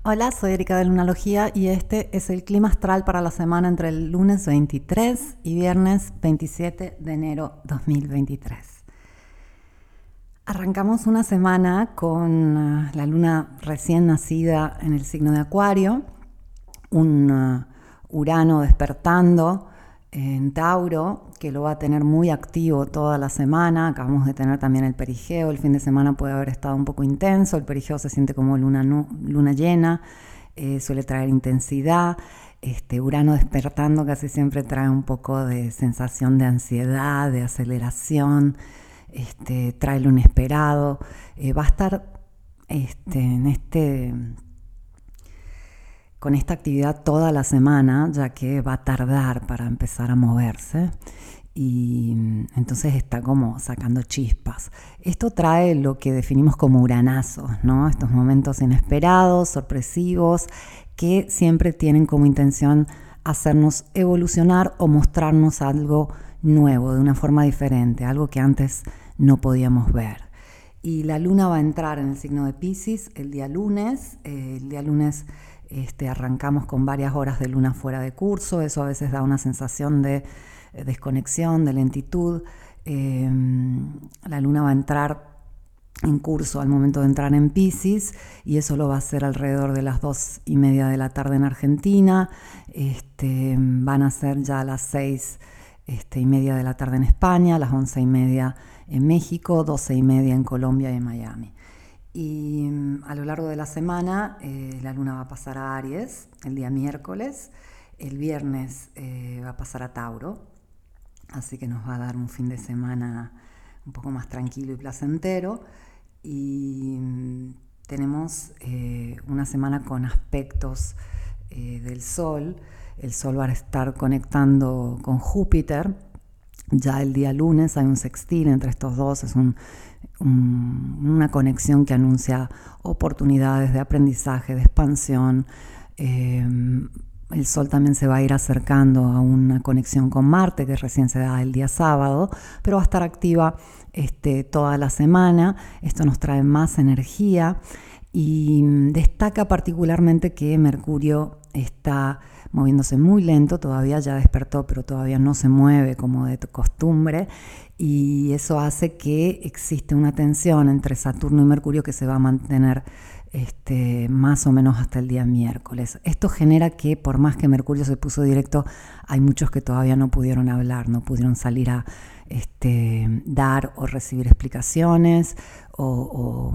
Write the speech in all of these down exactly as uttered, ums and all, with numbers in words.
Hola, soy Erika de Lunalogía y este es el clima astral para la semana entre el lunes veintitrés y viernes veintisiete de enero dos mil veintitrés. Arrancamos una semana con uh, la luna recién nacida en el signo de Acuario, un uh, Urano despertando en Tauro, que lo va a tener muy activo toda la semana. Acabamos de tener también el perigeo, el fin de semana puede haber estado un poco intenso, el perigeo se siente como luna, nu- luna llena, eh, suele traer intensidad. Este, Urano despertando casi siempre trae un poco de sensación de ansiedad, de aceleración, este, trae lo inesperado. Eh, va a estar este, en este... con esta actividad toda la semana, ya que va a tardar para empezar a moverse y entonces está como sacando chispas. Esto trae lo que definimos como uranazos, ¿no? Estos momentos inesperados, sorpresivos, que siempre tienen como intención hacernos evolucionar o mostrarnos algo nuevo, de una forma diferente, algo que antes no podíamos ver. Y la luna va a entrar en el signo de Piscis el día lunes, eh, el día lunes Este, arrancamos con varias horas de luna fuera de curso, eso a veces da una sensación de eh, desconexión, de lentitud. Eh, la luna va a entrar en curso al momento de entrar en Piscis y eso lo va a hacer alrededor de las dos y media de la tarde en Argentina. Este, van a ser ya las seis este, y media de la tarde en España, las once y media en México, doce y media en Colombia y en Miami. Y a lo largo de la semana eh, la luna va a pasar a Aries el día miércoles, el viernes eh, va a pasar a Tauro, así que nos va a dar un fin de semana un poco más tranquilo y placentero. Y tenemos eh, una semana con aspectos eh, del Sol. El Sol va a estar conectando con Júpiter. Ya el día lunes hay un sextil entre estos dos, es un una conexión que anuncia oportunidades de aprendizaje, de expansión. Eh, el Sol también se va a ir acercando a una conexión con Marte que recién se da el día sábado, pero va a estar activa este, toda la semana. Esto nos trae más energía y destaca particularmente que Mercurio está moviéndose muy lento, todavía ya despertó, pero todavía no se mueve como de costumbre, y eso hace que existe una tensión entre Saturno y Mercurio que se va a mantener este, más o menos hasta el día miércoles. Esto genera que, por más que Mercurio se puso directo, hay muchos que todavía no pudieron hablar, no pudieron salir a este, dar o recibir explicaciones o, o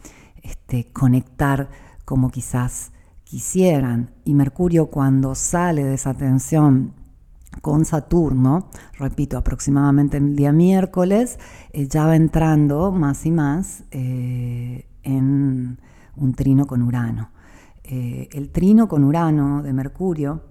este, conectar como quizás quisieran. Y Mercurio, cuando sale de esa tensión con Saturno, repito, aproximadamente el día miércoles, eh, ya va entrando más y más eh, en un trino con Urano. Eh, el trino con Urano de Mercurio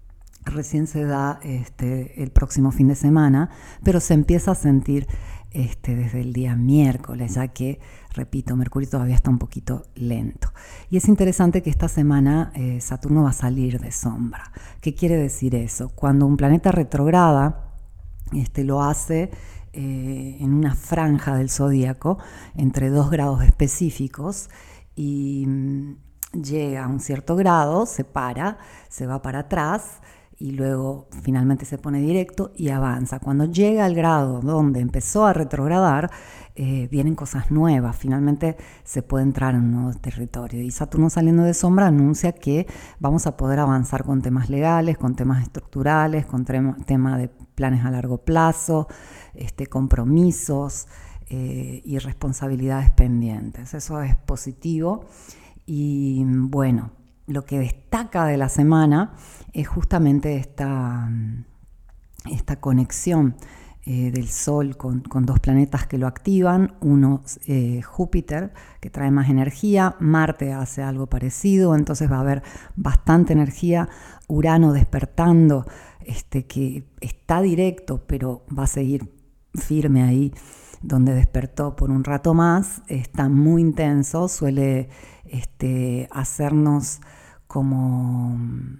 recién se da este, el próximo fin de semana, pero se empieza a sentir este, desde el día miércoles, ya que, repito, Mercurio todavía está un poquito lento. Y es interesante que esta semana eh, Saturno va a salir de sombra. ¿Qué quiere decir eso? Cuando un planeta retrograda, este, lo hace eh, en una franja del zodíaco, entre dos grados específicos, y mmm, llega a un cierto grado, se para, se va para atrás, y luego finalmente se pone directo y avanza. Cuando llega al grado donde empezó a retrogradar, eh, vienen cosas nuevas, finalmente se puede entrar en un nuevo territorio. Y Saturno saliendo de sombra anuncia que vamos a poder avanzar con temas legales, con temas estructurales, con temas de planes a largo plazo, este, compromisos eh, y responsabilidades pendientes. Eso es positivo y bueno, lo que destaca de la semana es justamente esta, esta conexión eh, del Sol con, con dos planetas que lo activan. Uno, eh, Júpiter, que trae más energía, Marte hace algo parecido, entonces va a haber bastante energía. Urano despertando, este, que está directo, pero va a seguir firme ahí donde despertó por un rato más, está muy intenso, suele este, hacernos como,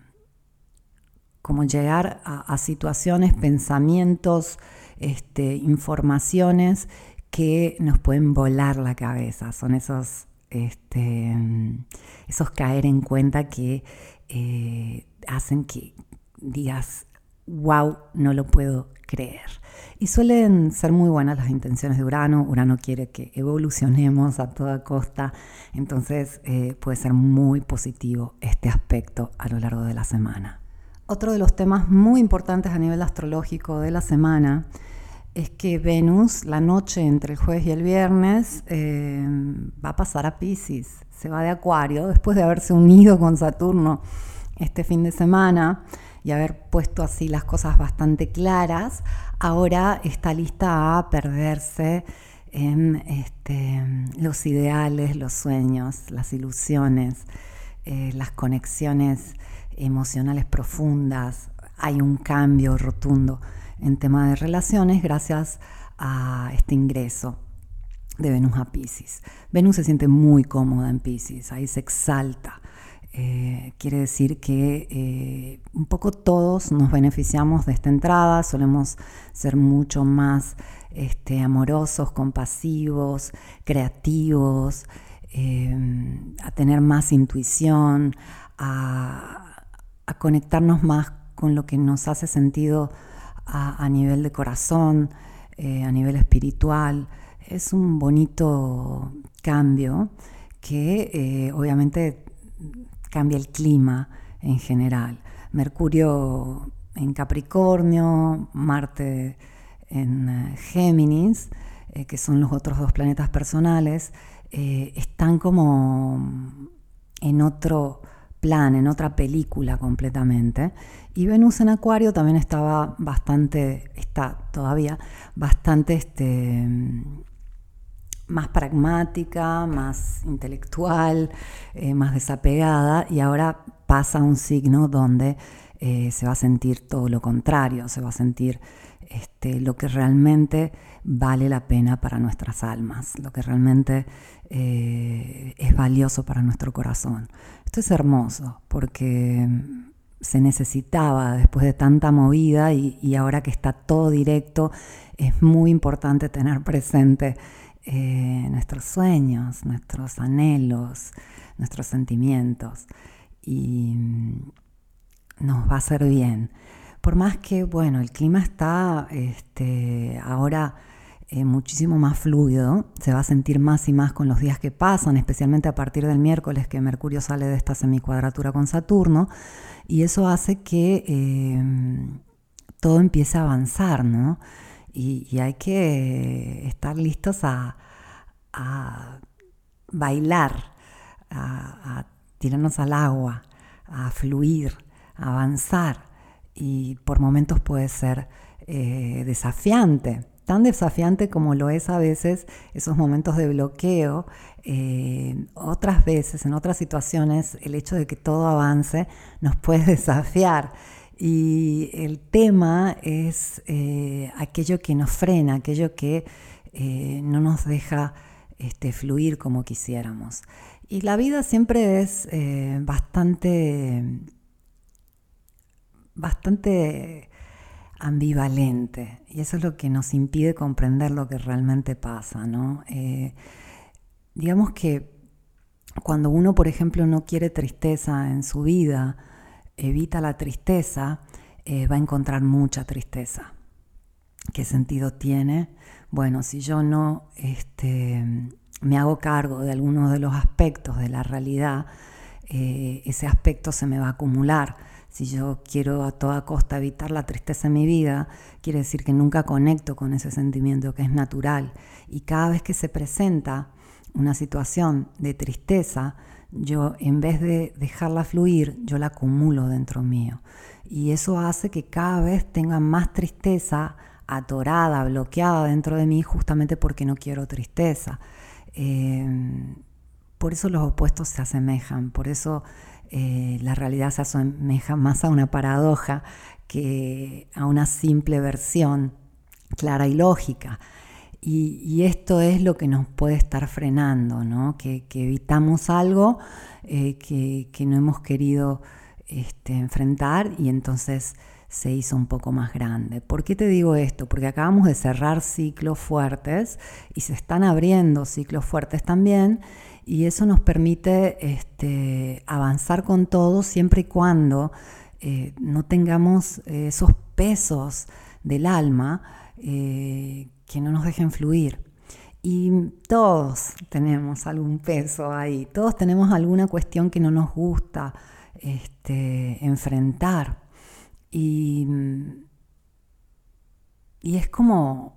como llegar a, a situaciones, pensamientos, este, informaciones que nos pueden volar la cabeza. Son esos este, esos caer en cuenta que eh, hacen que digas, wow, no lo puedo creer. Y suelen ser muy buenas las intenciones de Urano. Urano quiere que evolucionemos a toda costa, entonces eh, puede ser muy positivo este aspecto a lo largo de la semana. Otro de los temas muy importantes a nivel astrológico de la semana es que Venus, la noche entre el jueves y el viernes, eh, va a pasar a Piscis, se va de Acuario, después de haberse unido con Saturno este fin de semana y haber puesto así las cosas bastante claras. Ahora está lista a perderse en este, los ideales, los sueños, las ilusiones, eh, las conexiones emocionales profundas. Hay un cambio rotundo en tema de relaciones gracias a este ingreso de Venus a Piscis. Venus se siente muy cómoda en Piscis, ahí se exalta. Eh, quiere decir que eh, un poco todos nos beneficiamos de esta entrada, solemos ser mucho más este, amorosos, compasivos, creativos, eh, a tener más intuición, a, a conectarnos más con lo que nos hace sentido a, a nivel de corazón, eh, a nivel espiritual. Es un bonito cambio que eh, obviamente cambia el clima en general. Mercurio en Capricornio, Marte en uh, Géminis, eh, que son los otros dos planetas personales, eh, están como en otro plan, en otra película completamente. Y Venus en Acuario también estaba bastante, está todavía bastante este, más pragmática, más intelectual, eh, más desapegada, y ahora pasa a un signo donde eh, se va a sentir todo lo contrario, se va a sentir este, lo que realmente vale la pena para nuestras almas, lo que realmente eh, es valioso para nuestro corazón. Esto es hermoso porque se necesitaba después de tanta movida y, y ahora que está todo directo, es muy importante tener presente Eh, nuestros sueños, nuestros anhelos, nuestros sentimientos, y nos va a hacer bien. Por más que, bueno, el clima está este, ahora eh, muchísimo más fluido, se va a sentir más y más con los días que pasan, especialmente a partir del miércoles que Mercurio sale de esta semicuadratura con Saturno, y eso hace que eh, todo empiece a avanzar, ¿no? Y, y hay que estar listos a, a bailar, a, a tirarnos al agua, a fluir, a avanzar. Y por momentos puede ser eh, desafiante, tan desafiante como lo es a veces esos momentos de bloqueo. Eh, otras veces, en otras situaciones, el hecho de que todo avance nos puede desafiar. Y el tema es eh, aquello que nos frena, aquello que eh, no nos deja este, fluir como quisiéramos. Y la vida siempre es eh, bastante, bastante ambivalente. Y eso es lo que nos impide comprender lo que realmente pasa, ¿no? Eh, digamos que cuando uno, por ejemplo, no quiere tristeza en su vida, evita la tristeza, eh, va a encontrar mucha tristeza. ¿Qué sentido tiene? Bueno, si yo no este, me hago cargo de algunos de los aspectos de la realidad, eh, ese aspecto se me va a acumular. Si yo quiero a toda costa evitar la tristeza en mi vida, quiere decir que nunca conecto con ese sentimiento que es natural. Y cada vez que se presenta una situación de tristeza, yo en vez de dejarla fluir, yo la acumulo dentro mío. Y eso hace que cada vez tenga más tristeza atorada, bloqueada dentro de mí, justamente porque no quiero tristeza. Eh, por eso los opuestos se asemejan, por eso eh, la realidad se asemeja más a una paradoja que a una simple versión clara y lógica. Y, y esto es lo que nos puede estar frenando, ¿no? Que, que evitamos algo eh, que, que no hemos querido este, enfrentar, y entonces se hizo un poco más grande. ¿Por qué te digo esto? Porque acabamos de cerrar ciclos fuertes y se están abriendo ciclos fuertes también, y eso nos permite este, avanzar con todo siempre y cuando eh, no tengamos esos pesos del alma eh, que no nos dejen fluir. Y todos tenemos algún peso ahí, todos tenemos alguna cuestión que no nos gusta este, enfrentar. Y, y es como,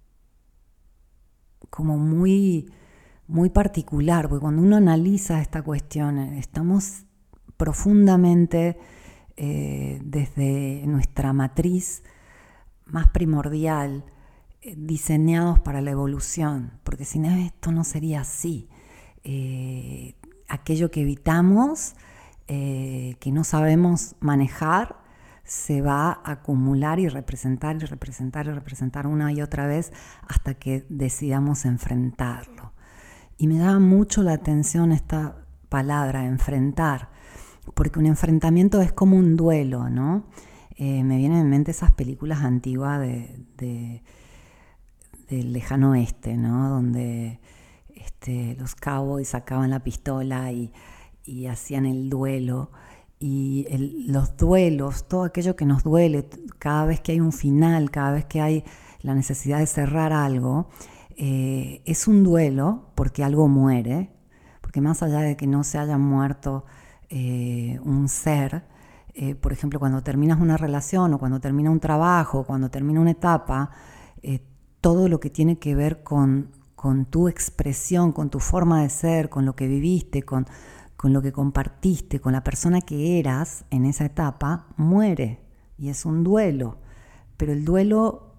como muy, muy particular, porque cuando uno analiza esta cuestión, estamos profundamente eh, desde nuestra matriz más primordial, eh, diseñados para la evolución, porque si no, esto no sería así. Eh, aquello que evitamos, eh, que no sabemos manejar, se va a acumular y representar y representar y representar una y otra vez hasta que decidamos enfrentarlo. Y me llama mucho la atención esta palabra, enfrentar, porque un enfrentamiento es como un duelo, ¿no? Eh, me vienen en mente esas películas antiguas de, de, del lejano oeste, ¿no? Donde este, los cowboys sacaban la pistola y, y hacían el duelo. Y el, los duelos, todo aquello que nos duele, cada vez que hay un final, cada vez que hay la necesidad de cerrar algo, eh, es un duelo porque algo muere, porque más allá de que no se haya muerto eh, un ser, eh, por ejemplo, cuando terminas una relación o cuando termina un trabajo, cuando termina una etapa, eh, todo lo que tiene que ver con, con tu expresión, con tu forma de ser, con lo que viviste, con... con lo que compartiste, con la persona que eras en esa etapa, muere. Y es un duelo. Pero el duelo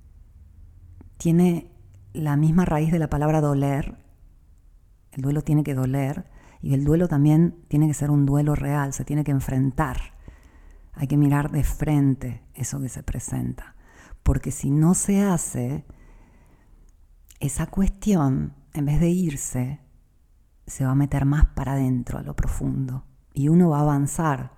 tiene la misma raíz de la palabra doler. El duelo tiene que doler. Y el duelo también tiene que ser un duelo real, se tiene que enfrentar. Hay que mirar de frente eso que se presenta. Porque si no se hace, esa cuestión, en vez de irse, se va a meter más para adentro, a lo profundo, y uno va a avanzar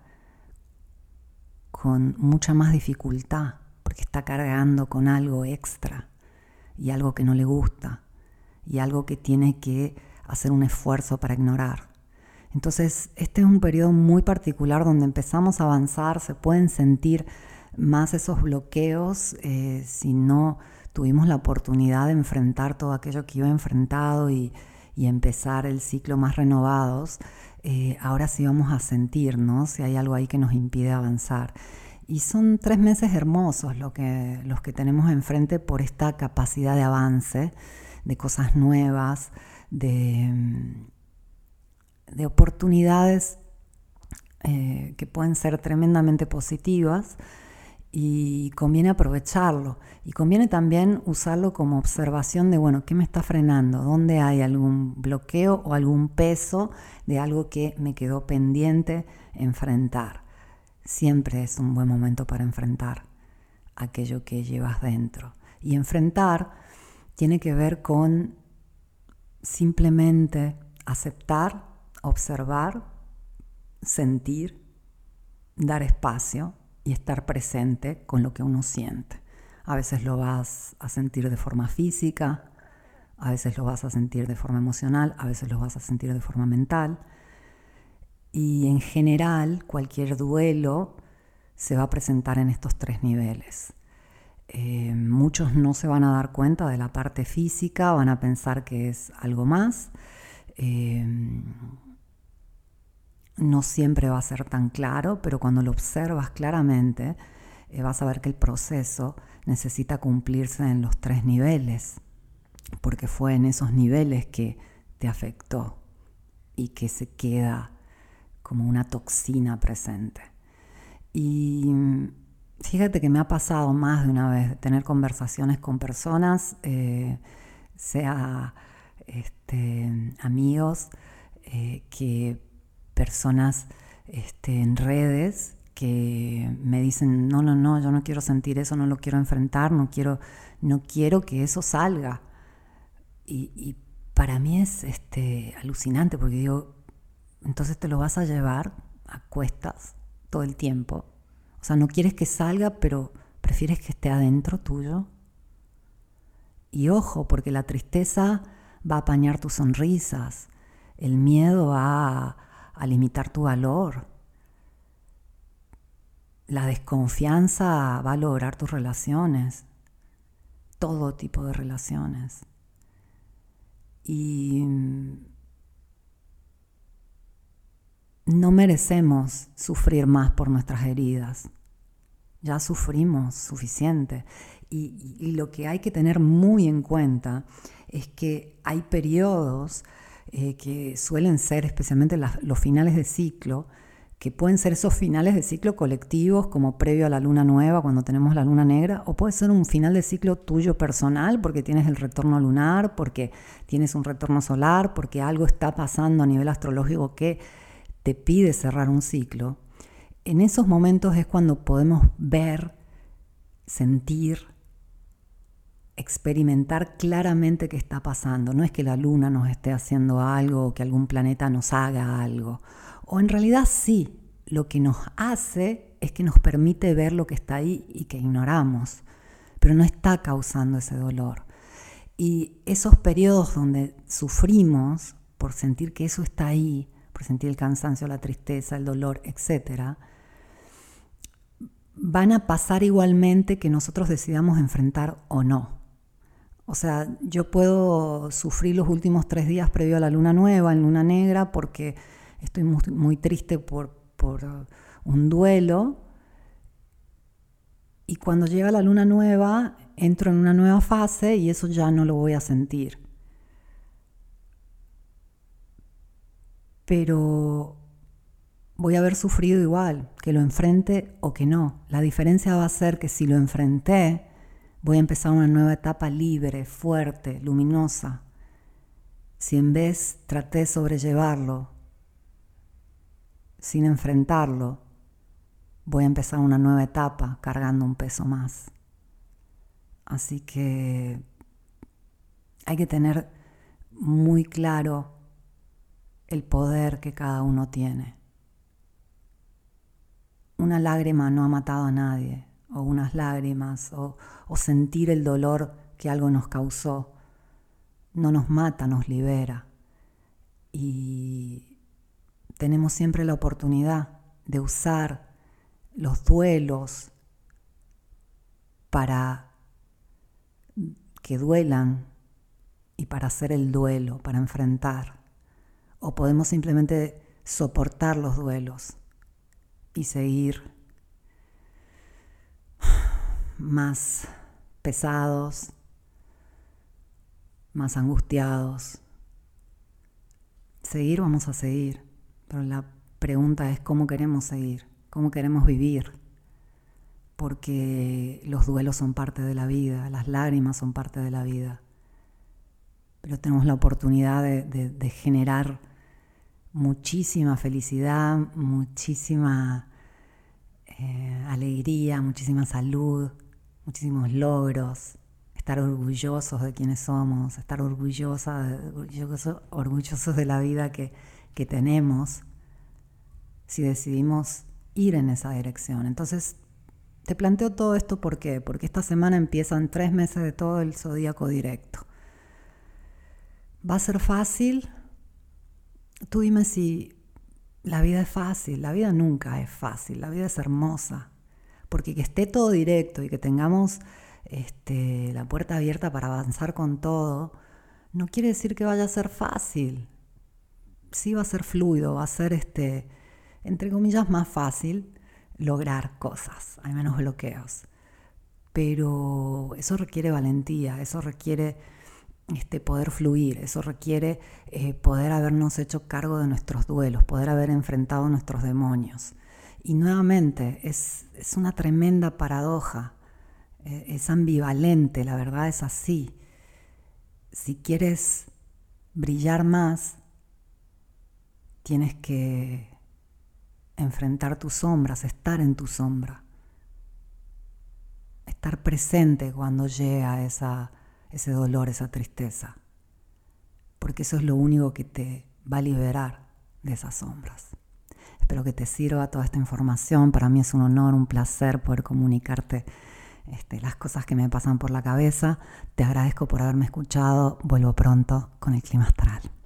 con mucha más dificultad, porque está cargando con algo extra, y algo que no le gusta, y algo que tiene que hacer un esfuerzo para ignorar. Entonces, este es un periodo muy particular donde empezamos a avanzar, se pueden sentir más esos bloqueos eh, si no tuvimos la oportunidad de enfrentar todo aquello que iba enfrentado y y empezar el ciclo más renovados, eh, ahora sí vamos a sentir, ¿no? Si hay algo ahí que nos impide avanzar. Y son tres meses hermosos lo que, los que tenemos enfrente por esta capacidad de avance, de cosas nuevas, de, de oportunidades eh, que pueden ser tremendamente positivas. Y conviene aprovecharlo y conviene también usarlo como observación de, bueno, ¿qué me está frenando? ¿Dónde hay algún bloqueo o algún peso de algo que me quedó pendiente enfrentar? Siempre es un buen momento para enfrentar aquello que llevas dentro. Y enfrentar tiene que ver con simplemente aceptar, observar, sentir, dar espacio y estar presente con lo que uno siente. A veces lo vas a sentir de forma física, a veces lo vas a sentir de forma emocional, a veces lo vas a sentir de forma mental. Y en general, cualquier duelo se va a presentar en estos tres niveles. Eh, muchos no se van a dar cuenta de la parte física, van a pensar que es algo más. Eh, No siempre va a ser tan claro, pero cuando lo observas claramente, eh, vas a ver que el proceso necesita cumplirse en los tres niveles, porque fue en esos niveles que te afectó y que se queda como una toxina presente. Y fíjate que me ha pasado más de una vez de tener conversaciones con personas, eh, sea este, amigos, eh, que personas este, en redes que me dicen, no, no, no, yo no quiero sentir eso, no lo quiero enfrentar, no quiero, no quiero que eso salga. Y, y para mí es este, alucinante, porque digo, entonces te lo vas a llevar a cuestas todo el tiempo. O sea, no quieres que salga, pero prefieres que esté adentro tuyo. Y ojo, porque la tristeza va a apañar tus sonrisas, el miedo va a, a limitar tu valor, la desconfianza va a lograr tus relaciones, todo tipo de relaciones. Y no merecemos sufrir más por nuestras heridas. Ya sufrimos suficiente. Y, y, y lo que hay que tener muy en cuenta es que hay periodos eh, que suelen ser, especialmente las, los finales de ciclo, que pueden ser esos finales de ciclo colectivos como previo a la luna nueva cuando tenemos la luna negra, o puede ser un final de ciclo tuyo personal porque tienes el retorno lunar, porque tienes un retorno solar, porque algo está pasando a nivel astrológico que te pide cerrar un ciclo. En esos momentos es cuando podemos ver, sentir, experimentar claramente qué está pasando. No es que la luna nos esté haciendo algo o que algún planeta nos haga algo. O en realidad sí, lo que nos hace es que nos permite ver lo que está ahí y que ignoramos, pero no está causando ese dolor. Y esos periodos donde sufrimos por sentir que eso está ahí, por sentir el cansancio, la tristeza, el dolor, etcétera, van a pasar igualmente que nosotros decidamos enfrentar o no. O sea, yo puedo sufrir los últimos tres días previo a la luna nueva, en luna negra, porque estoy muy, muy triste por, por un duelo. Y cuando llega la luna nueva, entro en una nueva fase y eso ya no lo voy a sentir. Pero voy a haber sufrido igual, que lo enfrente o que no. La diferencia va a ser que si lo enfrenté, voy a empezar una nueva etapa libre, fuerte, luminosa. Si en vez traté de sobrellevarlo, sin enfrentarlo, voy a empezar una nueva etapa cargando un peso más. Así que hay que tener muy claro el poder que cada uno tiene. Una lágrima no ha matado a nadie, o unas lágrimas, o, o sentir el dolor que algo nos causó, no nos mata, nos libera. Y tenemos siempre la oportunidad de usar los duelos para que duelan y para hacer el duelo, para enfrentar. O podemos simplemente soportar los duelos y seguir más pesados, más angustiados. Seguir, vamos a seguir, pero la pregunta es cómo queremos seguir, cómo queremos vivir, porque los duelos son parte de la vida, las lágrimas son parte de la vida, pero tenemos la oportunidad de, de, de generar muchísima felicidad, muchísima eh, alegría, muchísima salud, muchísimos logros, estar orgullosos de quienes somos, estar orgullosa, orgulloso, orgullosos de la vida que, que tenemos, si decidimos ir en esa dirección. Entonces, te planteo todo esto ¿por qué? Porque esta semana empiezan tres meses de todo el zodíaco directo. ¿Va a ser fácil? Tú dime si la vida es fácil. La vida nunca es fácil, la vida es hermosa. Porque que esté todo directo y que tengamos este, la puerta abierta para avanzar con todo, no quiere decir que vaya a ser fácil. Sí va a ser fluido, va a ser, este, entre comillas, más fácil lograr cosas, hay menos bloqueos. Pero eso requiere valentía, eso requiere este, poder fluir, eso requiere eh, poder habernos hecho cargo de nuestros duelos, poder haber enfrentado nuestros demonios. Y nuevamente, es, es una tremenda paradoja, eh, es ambivalente, la verdad es así. Si quieres brillar más, tienes que enfrentar tus sombras, estar en tu sombra, estar presente cuando llega esa, ese dolor, esa tristeza, porque eso es lo único que te va a liberar de esas sombras. espero que te sirva toda esta información. Para mí es un honor, un placer poder comunicarte este, las cosas que me pasan por la cabeza. Te agradezco por haberme escuchado. Vuelvo pronto con el clima astral.